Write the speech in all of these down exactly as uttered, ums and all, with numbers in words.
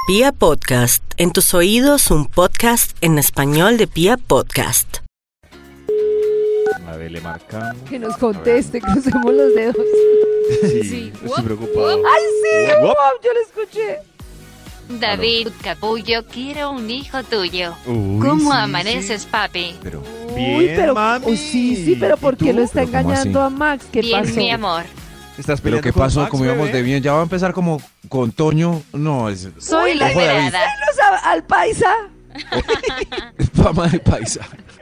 Pia Podcast, en tus oídos un podcast en español de Pia Podcast. A ver, le marcamos. Que nos conteste, crucemos los dedos. Sí, Sí. estoy preocupado. ¡Ay, sí! Guap. Wow, yo lo escuché. David Capullo, quiero un hijo tuyo. Uy, ¿Cómo sí, amaneces, sí. papi? Pero Uy, bien, pero mami. oh, sí, sí, pero ¿por ¿Y qué tú? lo está ¿Pero cómo engañando así? a Max? ¿Qué Bien, pasó? mi amor. ¿Estás ¿Pero peleando qué con pasó? Max, ¿Cómo íbamos bebé? de bien? ¿Ya va a empezar como con Toño? No, es Soy la Ojo, David. esperada. Los a- al paisa. fama de paisa.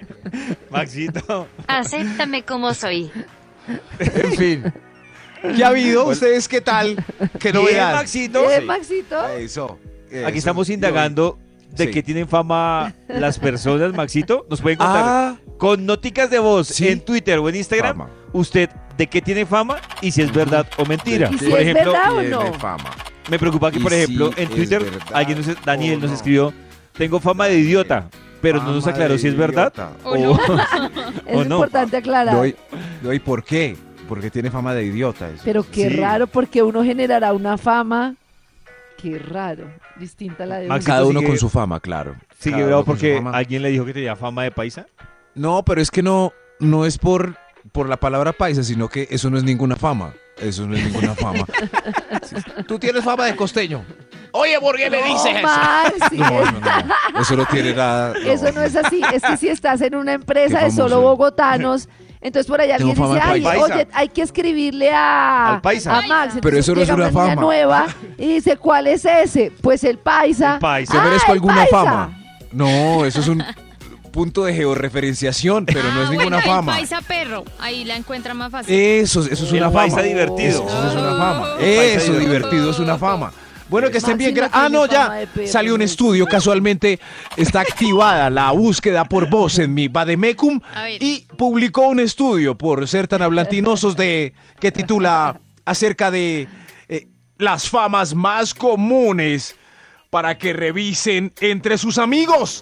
Maxito. Acéptame como soy. En fin. ¿Qué ha habido? ¿Ustedes qué tal? ¿Qué Bien, novedad? Maxito. ¿Eh, Sí. Maxito? Eso. eso. Aquí estamos indagando de Sí. qué tienen fama las personas, Maxito. Nos pueden contar Ah, con noticas de voz Sí. en Twitter o en Instagram. Fama. Usted de qué tiene fama y si es verdad o mentira. ¿Y si Por es ejemplo, verdad o tiene no? fama. me preocupa que, Y por ejemplo, si en es Twitter verdad alguien nos, Daniel o nos no. escribió, tengo fama de idiota, pero no nos Fama aclaró de si es verdad idiota. o no. Es ¿O no? importante aclarar. Doy, doy, ¿por qué? Porque tiene fama de idiota. eso. Pero qué Sí. raro, porque uno generará una fama. Qué raro. Distinta a la de Max, uno. Cada uno sigue- con su fama, claro. sigue Cada bravo uno con su porque fama. alguien le dijo que tenía fama de paisa. No, pero es que no, no es por, por la palabra paisa, sino que eso no es ninguna fama. Eso no es ninguna fama. Tú tienes fama de costeño. Oye, ¿por qué le dices No, eso? Max, sí, No, es- no, no. Eso no tiene nada. Eso no es así. Es que si estás en una empresa Qué de solo famoso. bogotanos, entonces por allá Tengo alguien dice, fama de ay, paisa. oye, hay que escribirle a, Al paisa. a Max. Pero Entonces eso no es llega una niña fama. nueva y dice, ¿cuál es ese? Pues el paisa. El paisa. Yo Ah, merezco el alguna paisa. fama. No, eso es un punto de georreferenciación, pero no es ninguna bueno, fama. El paisa perro, ahí la encuentra más fácil. Eso, eso es El una paisa fama. divertido. Eso, eso es una fama. Oh. El paisa Eso, divertido. divertido es una fama. Bueno, que estén bien. Maxi no gra- Ah, tiene no, fama ya de perro, salió un ¿no? estudio. Casualmente está activada la búsqueda por voz en mi Bademecum A ver. y publicó un estudio por ser tan hablantinosos de que titula acerca de eh, las famas más comunes para que revisen entre sus amigos.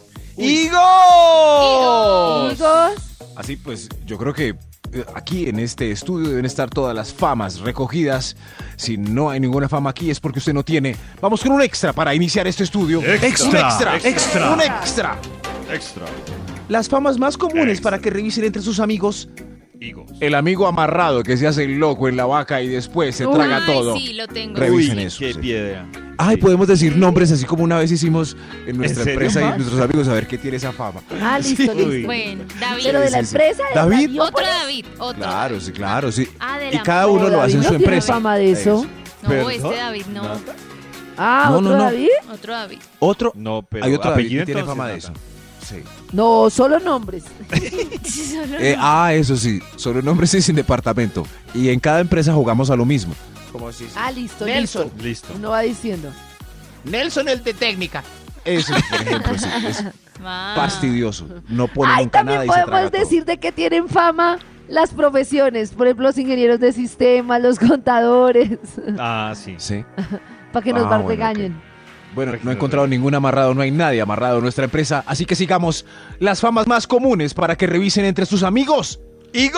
¡Higos! Amigos, Así pues, yo creo que eh, aquí en este estudio deben estar todas las famas recogidas. Si no hay ninguna fama aquí es porque usted no tiene. Vamos con un extra para iniciar este estudio. Extra, un extra, extra. un extra. Extra. Las famas más comunes Extra. para que revisen entre sus amigos. El amigo amarrado que se hace el loco en la vaca y después se Uy, traga Ay, todo. sí, lo tengo. Revisen Uy, eso, qué sí. piedra. Ay, Sí. podemos decir nombres así como una vez hicimos en nuestra ¿En serio, empresa y Max? nuestros amigos a ver qué tiene esa fama. ah, listo, Uy. listo. Bueno, David. Pero de la Sí, sí, sí. empresa, de David. Radiópolis. Otro David, otro. Claro, sí, claro, sí. Ah, de Y la cada No, uno lo hace David en no su tiene empresa. fama de eso. No, ¿Perdón? este David no. Ah, No, ¿otro no, no. David? Otro David. Otro, No, pero hay otro David apellido que tiene entonces, fama de eso. Nata. Sí. No, solo nombres. Solo Eh, no. ah, eso sí, solo nombres y sin departamento. Y en cada empresa jugamos a lo mismo. Como si Ah, listo, Nelson. listo. Listo. Uno va diciendo. Nelson el de técnica. Eso, por ejemplo, sí, es Ah. fastidioso. No pone Ay, nunca también nada y se traga podemos todo. decir de que tienen fama las profesiones. Por ejemplo, los ingenieros de sistemas, los contadores. Ah, sí. Sí. Para que nos Ah, van bueno, regañen. Bueno, no he encontrado ningún amarrado, no hay nadie amarrado en nuestra empresa, así que sigamos las famas más comunes para que revisen entre sus amigos. ¡Higo!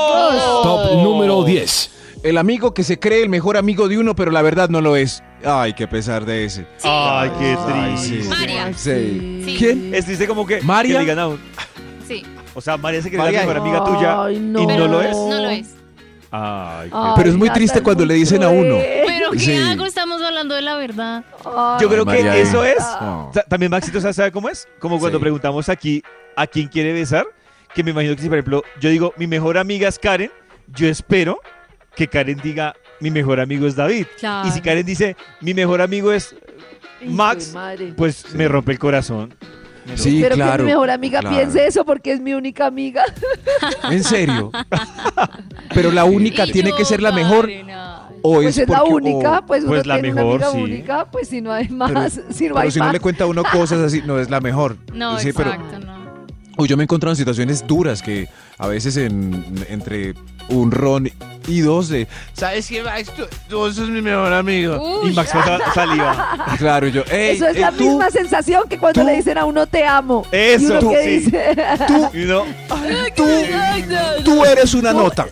Top número diez. El amigo que se cree el mejor amigo de uno, pero la verdad no lo es. Ay, qué pesar de ese. Ay, qué Ay, triste. sí. María. Sí. Sí. ¿Quién? Es triste como que, María. que le digan a un- Sí, O sea, María se cree la María. mejor amiga tuya Ay, y no. no lo es. no lo es. Ay, qué- Ay, Pero es muy Nata, triste es cuando muy le dicen a uno. cruel. Pero ¿qué Sí. hago? Estamos hablando de la verdad. Ay, Yo creo María, que eso es. No. O sea, también Maxito, ¿sabe sabe cómo es? Como cuando Sí. preguntamos aquí a quién quiere besar, que me imagino que si, por ejemplo, yo digo, mi mejor amiga es Karen, yo espero que Karen diga, mi mejor amigo es David. Claro. Y si Karen dice, mi mejor amigo es hijo de Max, madre. pues me rompe el corazón. Me Sí, Pero claro. que mi mejor amiga claro. piense eso porque es mi única amiga. ¿En serio? Pero la única Y tiene yo, que ser la mejor Karen, ay. o Pues es la porque- única, o- pues uno pues la tiene mejor, una amiga sí. única, pues si no hay pero, más, si no pero hay si más. no le cuenta a uno cosas así, no es la mejor. No, Sí, pero exacto, no. uy, yo me he encontrado en situaciones duras que a veces en, entre un ron y dos de, ¿Sabes qué, Max? Tú, tú sos mi mejor amigo. Uy, Y Max sa- saliva. claro, yo, "Ey, Eso es eh, la tú, misma sensación que cuando tú- le dicen a uno te amo. Eso, y uno tú, que sí. dice, Y uno, tú, tú eres una nota.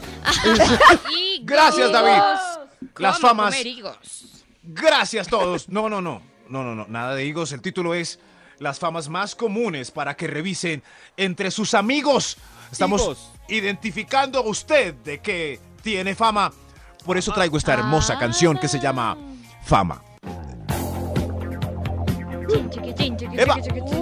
higos. Gracias, David. Las ¿Cómo famas. comer higos? Gracias todos. No, no, no. no, no, no, nada de higos. El título es Las famas más comunes para que revisen entre sus amigos. Estamos Higos. identificando a usted de que tiene fama. Por eso traigo esta hermosa canción que se llama Fama. Eva.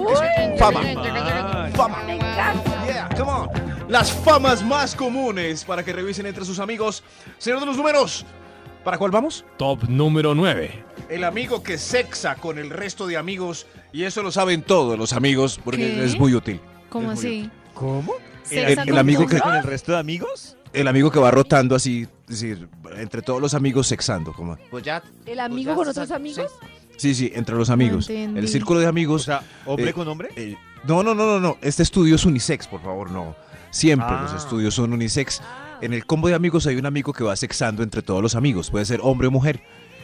Fama. Fama. Me encanta. Yeah, come on. Las famas más comunes para que revisen entre sus amigos. Señor de los números, ¿para cuál vamos? Top número nueve. El amigo que sexa con el resto de amigos. Y eso lo saben todos los amigos porque ¿Qué? es muy útil. ¿Cómo Es muy así? ¿Cómo? ¿Sexa el con amigo quién? que- con el resto de amigos? El amigo que va rotando así, es decir, entre todos los amigos sexando. Como. Pues ya. ¿El amigo con otros amigos? Sí, sí, entre los amigos. entendí. El círculo de O amigos. sea, ¿hombre Eh, con hombre? eh, no, no, no, no, no. Este estudio es unisex, por favor, no. Siempre Ah. los estudios son unisex. En el combo de amigos hay un amigo que va sexando entre todos los amigos. Puede ser hombre o mujer.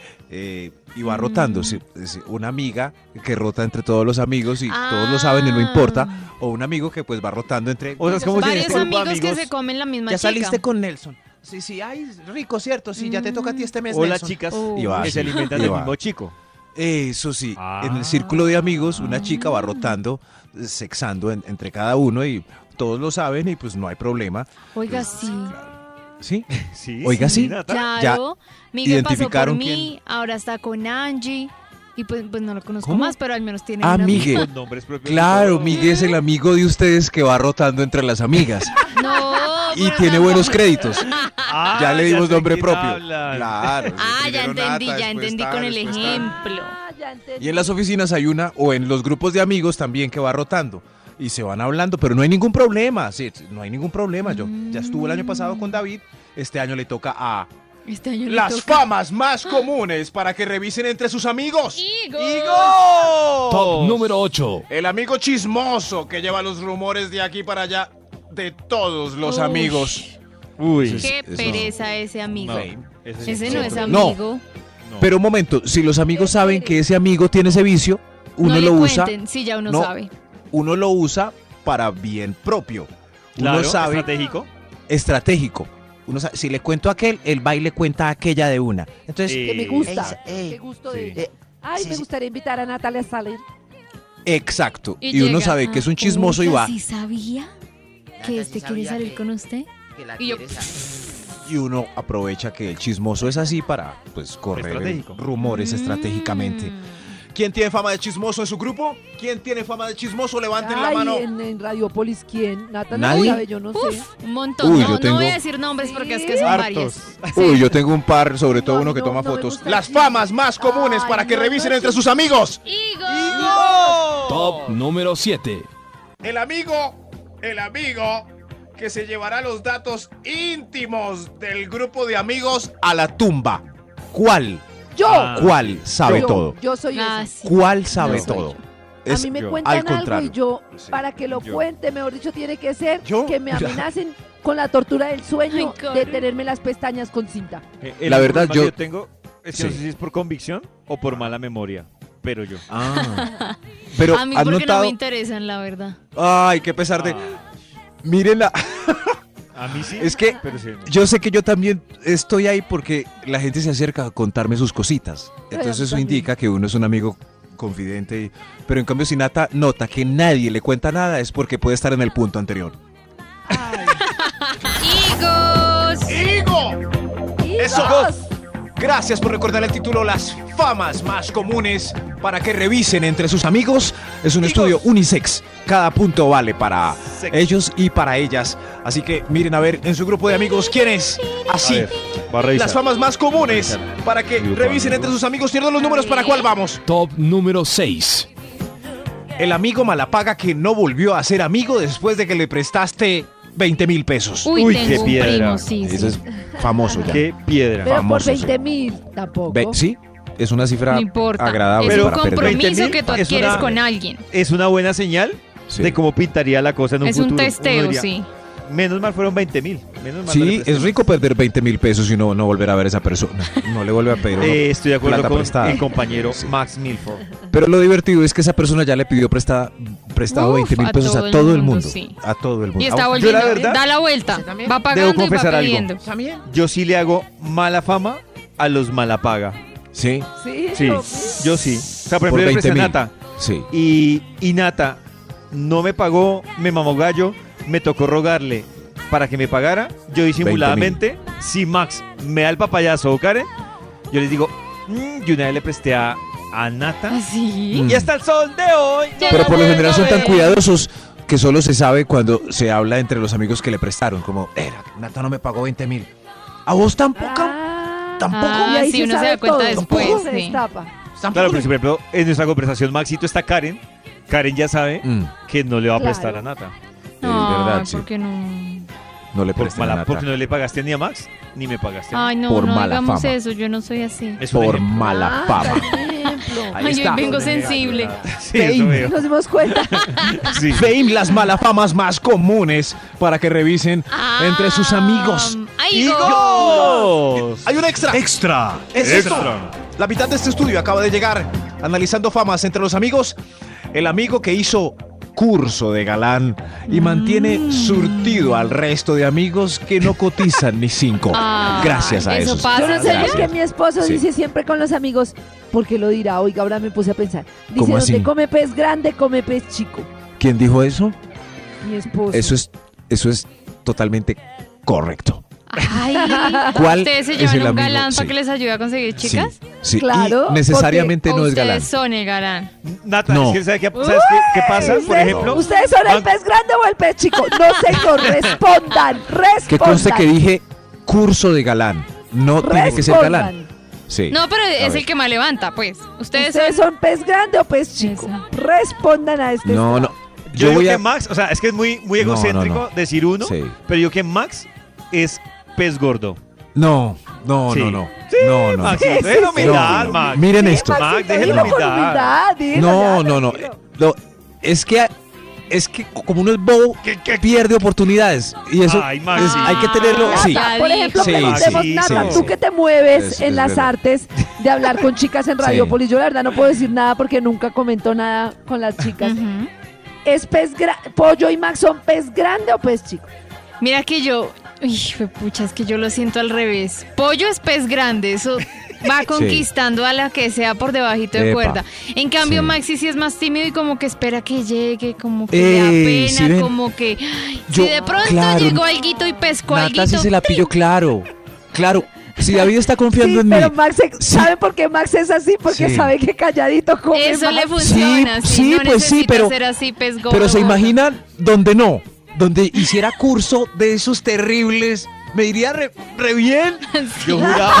Eh, y va Mm. rotando. Sí, es una amiga que rota entre todos los amigos y todos lo saben y no Ah. importa. O un amigo que pues va rotando entre... O sea, es como si en Varios este grupo de amigos, que amigos- se comen la misma Ya chica. saliste con Nelson. Sí, sí, ay, rico, ¿cierto? Sí, ya te toca a ti este mes, O las Nelson. chicas Oh. Y va que se así, alimentan y del va. mismo chico. Eso sí, Ah. en el círculo de amigos una chica va rotando, eh, sexando en- entre cada uno y todos lo saben y pues no hay problema. Oiga, sí. ¿Sí? Sí. Oiga, sí. Nata. Claro. Miguel pasó por identificaron mí, ahora está con Angie. Y pues, pues no lo conozco ¿Cómo? más, pero al menos tiene Ah, una amiga. Miguel. Con nombres propios. y Claro, todo. Miguel es el amigo de ustedes que va rotando entre las amigas No, y pero tiene no. buenos créditos. Ah, Ya le dimos sé nombre quién propio. hablan. Claro. Ah, ya primero entendí, Nata, ya después entendí tal, con el después tal. ejemplo. Ah, ya entendí. Y en las oficinas hay una, o en los grupos de amigos también que va rotando. Y se van hablando, pero no hay ningún problema. Sí, no hay ningún problema. Yo ya estuve el año pasado con David. Este año le toca a Este año le las toca. famas más comunes para que revisen entre sus amigos. Higo. ¡Higo! Top número ocho. El amigo chismoso que lleva los rumores de aquí para allá de todos los Uy. amigos. Uy. Qué Eso- pereza ese amigo. No, Ese no Sí, es pero- amigo. no. Pero un momento, si los amigos saben que ese amigo tiene ese vicio, uno no lo le usa, cuenten, si ya uno No. sabe. uno lo usa para bien propio. Claro, Uno sabe estratégico. estratégico. Uno sabe, si le cuento a aquel, el va y le cuenta a aquella de una. Entonces, Eh, Que me gusta. Ey, Qué gusto sí. de ella. Eh, Ay, sí, me sí. gustaría invitar a Natalia a salir. exacto. Y, uno llega, sabe que es un ah, chismoso y oiga, va. ¿sí sabía Nata, que sí este quiere sabía salir que- con usted? que la Y yo, quieres a- Y uno aprovecha que el chismoso es así para pues correr Estratégico. rumores estratégicamente. Mm. ¿Quién tiene fama de chismoso en su grupo? ¿Quién tiene fama de chismoso? Levanten la Ay, mano. en, en Radiopolis, ¿quién? Natalia ¿Nadie? sabe, yo no sé. Uf, un montón. Uy, no, yo no tengo- voy a decir nombres porque es que Sí. son Hartos. varios. Uy, yo tengo un par, sobre todo No, uno que no, toma no me fotos. gusta Las el famas más comunes Ay, para que no, revisen no, entre sí. sus amigos. ¡Higo! Top número siete. El amigo, el amigo que se llevará los datos íntimos del grupo de amigos a la tumba. ¿Cuál? Yo. Ah. ¿Cuál sabe yo, todo? Yo soy Ah, esa. sí. ¿Cuál sabe No soy todo? yo. A Es mí me yo. cuentan al algo contrario. y yo, Sí. para que lo Yo. cuente, mejor dicho, tiene que ser ¿Yo? que me amenacen con la tortura del sueño Ay, de Karen. tenerme las pestañas con cinta. Eh, el La verdad, problema yo- que yo tengo es que no Sí. sé si es por convicción o por mala memoria, pero yo. Ah. Pero A mí ¿han porque no notado? me interesan, la verdad. Ay, qué pesar de. Ah, Miren la. a mí sí. Es que pero sí, no. Yo sé que yo también estoy ahí porque la gente se acerca a contarme sus cositas. Ay, a mí Entonces eso también. indica que uno es un amigo confidente. y- Pero en cambio si Nata nota que nadie le cuenta nada es porque puede estar en el punto anterior. Ay. ¡Higos! ¡Higo! Eso. ¡Hijos! Gracias por recordar el título Las famas más comunes para que revisen entre sus amigos. Es un Higos. estudio unisex. Cada punto vale para Sex. ellos y para ellas. Así que miren a ver en su grupo de amigos quién es. A Así. ver, va a revisar. Las famas más comunes para que Grupo de revisen entre amigos. sus amigos. Cierren los números para cuál vamos. Top número seis. El amigo malapaga que no volvió a ser amigo después de que le prestaste veinte mil pesos. Uy, Uy, tengo qué un piedra. primo, sí, Eso sí. es famoso ya. Qué piedra. Pero Famoso, por sí. veinte mil tampoco. Ve- sí, es una cifra No importa. agradable Es un para perder. compromiso veinte mil que tú es adquieres una- con alguien. Es una buena señal Sí. de cómo pintaría la cosa en un Es futuro. un Uno testeo, diría, sí. Menos mal fueron veinte mil. Menos mal no le Sí, presté es rico perder veinte mil pesos y no, no volver a ver a esa persona. No le vuelve a pedir. uno Eh, estoy de acuerdo plata con prestada. el compañero Sí. Max Milford. Pero lo divertido es que esa persona ya le pidió presta- prestado Uf, veinte mil a pesos todo a el todo el mundo, mundo. sí. A todo el mundo. Y está Ah, Yo, volviendo. la verdad, da la vuelta. ¿usted también? Va pagando y va confesar algo. pidiendo. ¿También? Yo sí le hago mala fama a los malapaga. Sí, Sí, Sí, no, yo sí. O sea, por Por ejemplo, yo le presté a veinte mil. Nata. sí. Y, y Nata no me pagó, me mamó gallo, me tocó rogarle para que me pagara. Yo disimuladamente, si Max me da el papayazo o Karen, yo les digo, "Mm", y una vez le presté a, a Nata. ¿Ah, sí? Mm. Y hasta el sol de hoy. yo Pero no por lo general son tan ver. cuidadosos que solo se sabe cuando se habla entre los amigos que le prestaron. Como, era, Nata no me pagó veinte mil. ¿A vos tampoco? Ah, ¿Tampoco? Ah, y ahí sí, se uno se sabe da cuenta todo. después, Todo se sí. destapa. ¿Tampoco? Claro, pero si por ejemplo en nuestra conversación Maxito está Karen, Karen ya sabe Mm, que no le va a Claro. prestar a Nata. es verdad, Ay, sí. ¿por qué no? No le Por prestan a mala, Nata. porque no le pagaste ni a Max, ni me pagaste a mí. Ay, no, Por no mala digamos fama. eso, yo no soy así. Es un Por ejemplo. mala Ah, fama. por ejemplo. Ahí Ay, está. hoy vengo sensible. Sí, eso veo. Nos dimos cuenta. Sí. Fame, las malafamas más comunes para que revisen entre sus amigos. Ah, ¡Ay, go! ¡Higos! Hay un extra. Extra. Es Extra. esto. La mitad de este estudio acaba de llegar. Analizando famas entre los amigos. El amigo que hizo curso de galán y mantiene surtido al resto de amigos que no cotizan ni cinco. Ah, Gracias a eso esos. pasa. Yo no sé por Gracias. qué mi esposo Sí. dice siempre con los amigos, porque lo dirá, oiga, ahora me puse a pensar. Dice, ¿Cómo así? donde come pez grande, come pez chico. ¿Quién dijo eso? Mi esposo. Eso es, eso es totalmente correcto. Ay, ¿Cuál ¿ustedes se es llevan el un amigo? galán Sí. para que les ayude a conseguir chicas? Sí, sí. Claro, Y necesariamente ¿O no es ustedes galán. son el galán? Nata, No. es que ¿sabes qué, ¿sabes qué, qué pasa? Por ¿Ustedes, ejemplo, ¿Ustedes son el Max- pez grande o el pez chico? No, señor, respondan, respondan. Que conste que dije curso de galán. No tiene que ser galán. Respondan. Sí. No, pero A es ver. el que más levanta, pues. Ustedes, ¿Ustedes son... son pez grande o pez chico? Eso. Respondan a este No, no. estrado. yo, Yo digo voy que a. Max, o sea, es que es muy, muy No, no, egocéntrico no. decir uno, Sí. pero yo que Max es pez gordo. No, no, Sí. no, no. Sí, no, no. Max, Sí, deje sí, la sí. humildad, No, Max. miren Sí, esto. Maxito, Max, deje la dilo con humildad. humildad, dilo, No, ya, no, no. tranquilo. Lo- es que es que como uno es bobo, ¿Qué, qué, pierde oportunidades. Y eso Ay, Max, es- sí. hay que tenerlo. Nata, Sí. Ya por dijo. ejemplo, Sí, preguntemos, sí, Nata, sí, tú sí. que te mueves Es- en es las verdad. artes de hablar con chicas en Radiopolis, yo la verdad no puedo decir nada porque nunca comento nada con las chicas. Ujú. ¿Es pez gra- Pollo y Max son pez grande o pez chico? Mira que yo... Uy, pucha, es que yo lo siento al revés. Pollo es pez grande, eso va conquistando a la que sea por debajito de Epa. cuerda. En cambio, Sí. Maxi sí es más tímido y como que espera que llegue, como que le Ey, da ¿sí pena, ven? como que... ay, Yo- si de pronto claro. llegó alguito y pescó Nata alguito... sí se la pillo claro. Claro. Si David está confiando Sí, en mí. pero Max, se- Sí. ¿sabe por qué Max es así? Porque Sí. sabe que calladito come Eso más. le funciona, Sí, sí, sí, no pues sí, necesita pero- ser así pez gordo. Pero se imaginan donde no, donde hiciera curso de esos terribles, me iría re, re bien. Yo juraba.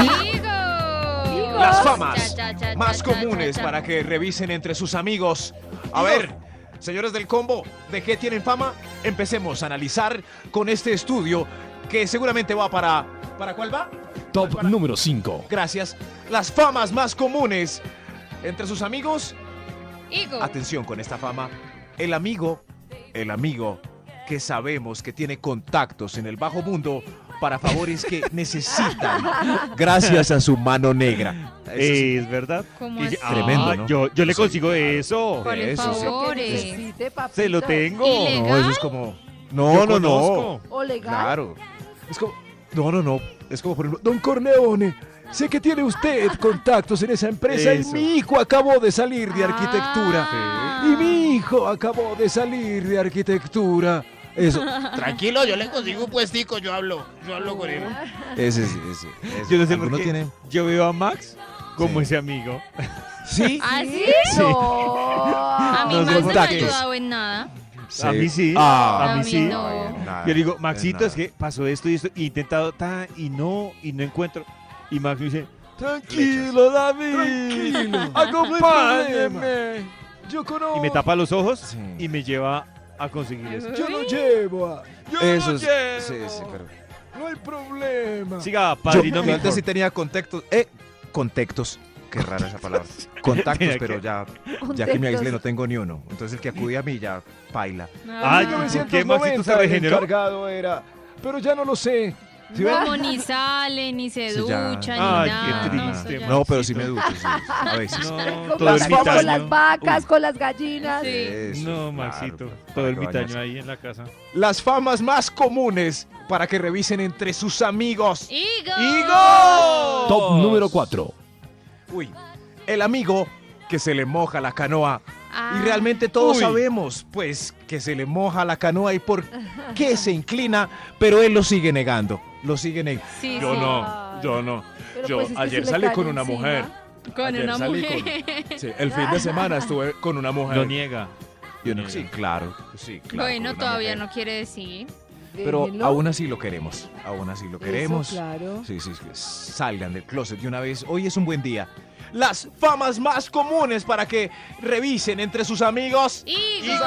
Amigo. Las famas Cha, cha, cha, más cha, comunes cha, cha. para que revisen entre sus amigos. A ver, señores del combo, ¿de qué tienen fama? Empecemos a analizar con este estudio que seguramente va para... ¿Para cuál va? Top Para- número cinco. Gracias. Las famas más comunes entre sus amigos. Higo. Atención con esta fama. El amigo, el amigo que sabemos que tiene contactos en el bajo mundo para favores que necesitan gracias a su mano negra. Eso sí. Es verdad. ¿Cómo Y- así? ah, Tremendo, ¿no? yo, yo le Sí. consigo eso. ¿Cuáles Eso sí. favores? Necesite, papito. Se lo tengo. ¿Y No, eso es como... No, Yo no, no. conozco. O legal. Claro. Es como... No, no, no. Es como, por ejemplo, Don Corleone, sé que tiene usted contactos en esa empresa Eso. y mi hijo acabó de salir de arquitectura. Ah. Y mi hijo acabó de salir de arquitectura. Eso. Tranquilo, yo le consigo un puestico, yo hablo, yo hablo con él. Ese sí, ese. ese. Yo no sé por ¿Alguno qué. tiene? Yo veo a Max como Sí. ese amigo. Sí. ¿Ah, sí? Sí. No. A mí No Max sé no por me ha qué. ayudado en nada. A mí sí. Ah, a mí a mí sí. no. Nada, Yo digo, es Maxito, nada. es que pasó esto y esto. Y he intentado ta y no, y no encuentro. Y Max me dice, tranquilo, David. Tranquilo. Acompáñeme. Yo conozco. Y me tapa los ojos Sí. y me lleva a conseguir eso. Yo lo llevo a... Yo Eso lo es... llevo. Sí, sí, pero... No hay problema. Siga, Yo, padrino yo mi antes sí tenía contactos. Eh, contactos. Qué rara esa palabra. Contactos, Tenía pero que- ya, ya que me aislé no tengo ni uno. Entonces el que acudía a mí ya baila. Ay, ¿por qué Maxito se regeneró? encargado era, pero ya no lo sé. ¿Sí ven? Como ni sale, ni se Sí, ya. ducha, Ay, ni qué nada. triste, eso ya- No, pero sí me ducho, sí, a veces. No, Con, todo las, con ermitaño. las vacas, Uy. con las gallinas. Sí. Eso, No, claro, Maxito. para Todo que ermitaño bañarse. ahí en la casa. Las famas más comunes para que revisen entre sus amigos. ¡Higo! ¡Higo! Top número cuatro. Uy, el amigo que se le moja la canoa. Ah. Y realmente todos Uy. sabemos, pues, que se le moja la canoa y por qué se inclina, pero él lo sigue negando. Lo sigue negando. Sí, Yo sí. no, yo no. Pero Yo pues es que ayer se le salí cae con una encima. mujer. Con Ayer una salí mujer. con- sí, el fin de semana estuve con una mujer. Lo niega. Y uno, sí, claro, sí, claro. Bueno, con una todavía mujer. no quiere decir. Pero Déjenlo. aún así lo queremos. Aún así lo Eso, queremos. claro. Sí, sí, sí, salgan del closet de una vez. Hoy es un buen día. Las famas más comunes para que revisen entre sus amigos. ¡Higos!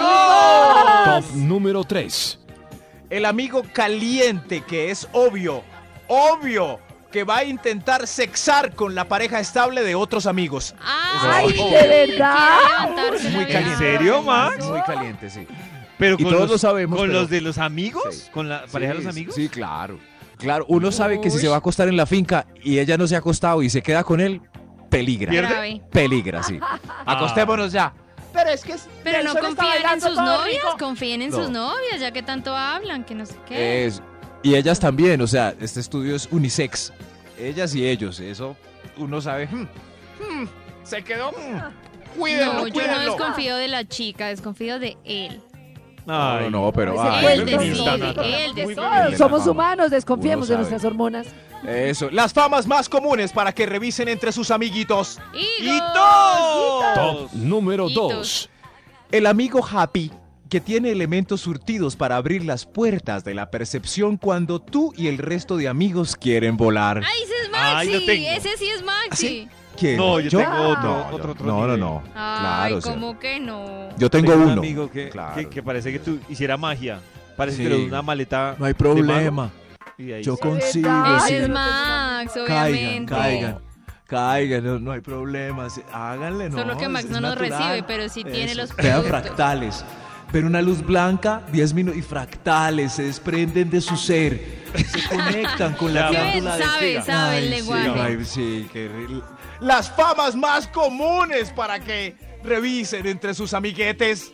Top número tres. El amigo caliente que es obvio, obvio, que va a intentar sexar con la pareja estable de otros amigos. ¡Ay! Eso- ¿de verdad? Quiere levantarse Muy la caliente. ¿En serio, Max? Muy caliente, sí. Pero Y con todos los, lo sabemos, ¿Con pero- los de los amigos? Sí. ¿Con la pareja de Sí, los amigos? Sí, claro. Claro, uno sabe que si Uy. se va a acostar en la finca y ella no se ha acostado y se queda con él, peligra. ¿Pierde? Grave. Peligra, sí. Acostémonos ya. Pero es que es- Pero no Nelson está confíen en bailando sus todo novias, rico. confíen en No. sus novias, ya que tanto hablan, que no sé qué. Es- y ellas también, o sea, este estudio es unisex. Ellas y ellos, eso uno sabe. hmm, hmm, se quedó. hmm, cuídenlo, no, yo no cuídenlo. desconfío de la chica, desconfío de él. No, Ay. no, pero Ese ay, cuento él no, decide, no, no, no. él Muy decide. bien. Todos somos Uno humanos, desconfiemos de sabe. nuestras hormonas. Eso. Las famas más comunes para que revisen entre sus amiguitos. ¡Higos! Top número Hitos. dos. El amigo happy que tiene elementos surtidos para abrir las puertas de la percepción cuando tú y el resto de amigos quieren volar. ¡Ay, ese es Ay, Maxi! lo tengo. ese sí es Maxi. ¿Sí? ¿Quién? No, yo tengo otro, No, otro, yo- otro No, no, nivel. no. Ay, Claro, o sea, ¿cómo que no? yo tengo un uno. amigo que, Claro. que, que parece que tú hiciera magia. Parece Sí. que le una maleta. No hay de problema. mago y de ahí Yo sí. consigo. verdad. Ese sí. es Max, Caigan, obviamente. caigan. Caigan, no, no hay problema. sí, Háganle, no. Solo que Max es no nos natural. recibe, pero sí tiene Eso. los Vean productos. fractales. Ven una luz blanca, diez minutos, y fractales se desprenden de su ser. Se conectan con la Ya, glándula de sabe, Tega. sabe el Ay, lenguaje. Sí, ay, sí, qué ri- Las famas más comunes para que revisen entre sus amiguetes.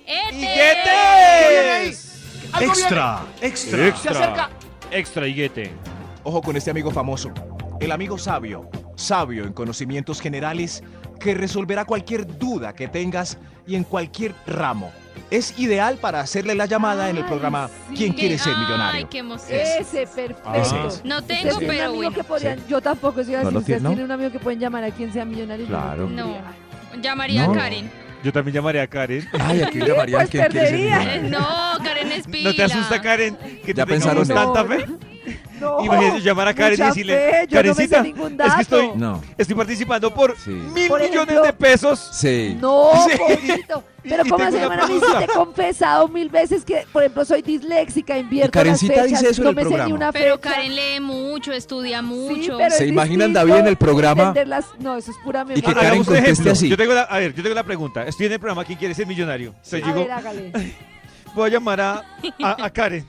¡Ete! Algo Extra, extra. Extra. Se acerca. Extra higuete. Ojo con este amigo famoso. El amigo sabio, sabio en conocimientos generales, que resolverá cualquier duda que tengas y en cualquier ramo. Es ideal para hacerle la llamada en el Ay, programa sí. ¿Quién quiere ser Ay, millonario? qué emoción. Ese, perfecto. Ah. No ¿Ustedes tengo, tienen un pero amigo bueno. que podrían, yo tampoco, si iba a ¿No decir, lo ustedes tiene, no? tienen un amigo que pueden llamar a quien sea millonario. Yo Claro. tendría. No. Llamaría No. a Karen. Yo también llamaré a Karen. Ay, aquí Sí, llamarían pues ¿Quién quiere ser perdería. millonario? No, Karen es pila. ¿No te asusta, Karen, que Ya te tengamos pensaron en- tanta No, fe? No, Imagínate llamar a Karen y mucha decirle, fe, yo no me sé Karencita, ningún es que estoy, dato. No. estoy participando por Sí. mil Por millones ejemplo, de pesos. Sí. No, Sí. pobrecito. Pero Y- y ¿cómo tengo se una llaman a mí? Si pregunta. te he confesado mil veces que, por ejemplo, soy disléxica, invierto Y Karencita las fechas, dice eso en no el me sé programa. ni una Pero fecha. Karen lee mucho, estudia Sí, mucho. pero ¿Se es imaginan distinto David en el programa? entenderlas- No, eso es pura que memoria. Karen Hagamos un conteste ejemplo. así. Yo tengo la, a ver, yo tengo la pregunta. Estoy en el programa ¿Quién quiere ser millonario? Entonces A digo, ver, hágale. voy a llamar a, a, a Karen.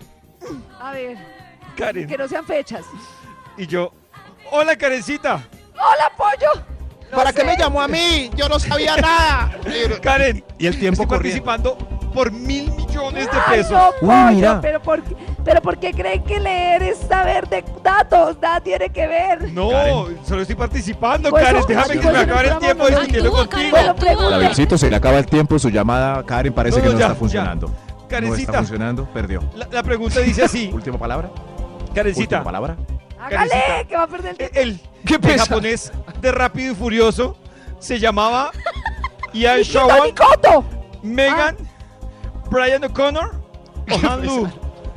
A ver, Karen. que no sean fechas. Y yo, hola Karencita. ¡Hola, pollo! No ¿Para sé. qué me llamó a mí? Yo no sabía nada. Karen, Y el tiempo estoy corriendo. participando por mil millones de Ay, pesos. no, Uy, pollo, mira. pero ¿por, qué, pero ¿por qué creen que leer es saber de datos? Nada tiene que ver. No, solo estoy participando, Pues, Karen. no, Déjame que pues, me en el acabe el programa tiempo no lo discutiendo actúa, contigo. Karen, Bueno, pregunta. Davidcito, se le acaba el tiempo, su llamada, Karen, parece No, que no no, ya, está funcionando. ya. No Karencita. está funcionando, perdió. La, la pregunta dice así, Última palabra. Karencita. Última palabra. Hágale, Karencita. que va a perder el tiempo. El, ¿Qué el pesa? japonés de Rápido y Furioso se llamaba Ian Tony Shawan, Cotto. Megan, Brian O'Connor o Han Lu.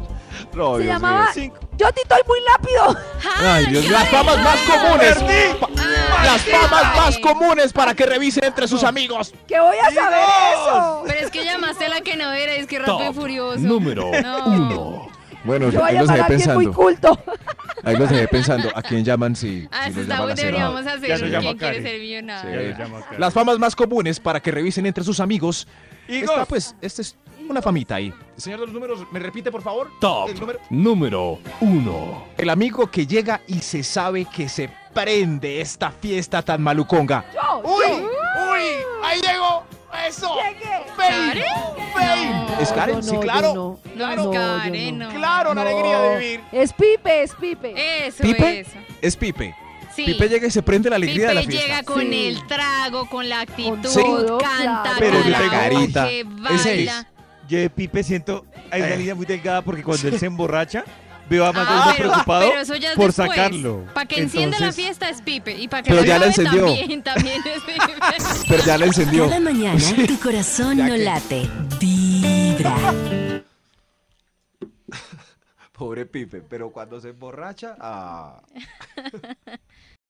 No, Se Dios llamaba- mío. Cinco. Yo te estoy muy rápido. Ay, Dios mío. Las famas más comunes. ¡Perdí! Las famas más comunes para que revisen entre sus amigos. Que voy a saber Dios. eso. Pero es que llamaste a la que no era, es que rápido y Top furioso. número No. uno. Bueno, Yo voy ahí a los llamar dejé a alguien muy pensando. culto. Ahí los dejé pensando. ¿A quién llaman si, Ah, si eso los está llama bueno, la señora? deberíamos Ya hacer se un llama ¿Quién quiere Karen. ser millonario? Sí. Ya lo llamo a Karen. Las famas más comunes para que revisen entre sus amigos. Higos. Está, pues, esta es una famita ahí. Señor de los números, ¿me repite, por favor? Top El número. número uno. El amigo que llega y se sabe que se prende esta fiesta tan maluconga. Yo, ¡Uy! yo. ¡Uy! ¡Ahí llegó! ¡Eso! Llegué. ¡Fame! ¡Fame! ¿Es Karen? yo Sí, no, claro. yo no. No, No, es yo Karen, no. no. ¡Claro, la No. alegría de vivir! Es Pipe, es Pipe. Eso, ¿Pipe? eso. Es Pipe. Sí. Pipe llega y se prende la alegría de la Pipe fiesta. llega con Sí. el trago, con la actitud, Con todo, canta, claro. Pero canta, la carita. baila. Yo de Pipe siento, hay una Eh. línea muy delgada porque cuando él se emborracha, veo a más de Ah, uno pero, preocupado pero eso ya es por después. sacarlo. Para que encienda la Entonces, fiesta es Pipe. Y para que Pero lo ya la grabe encendió. También, también es Pipe. Pero ya la encendió. Cada mañana tu corazón Ya no que- late, vibra. Pobre Pipe, pero cuando se emborracha, ah.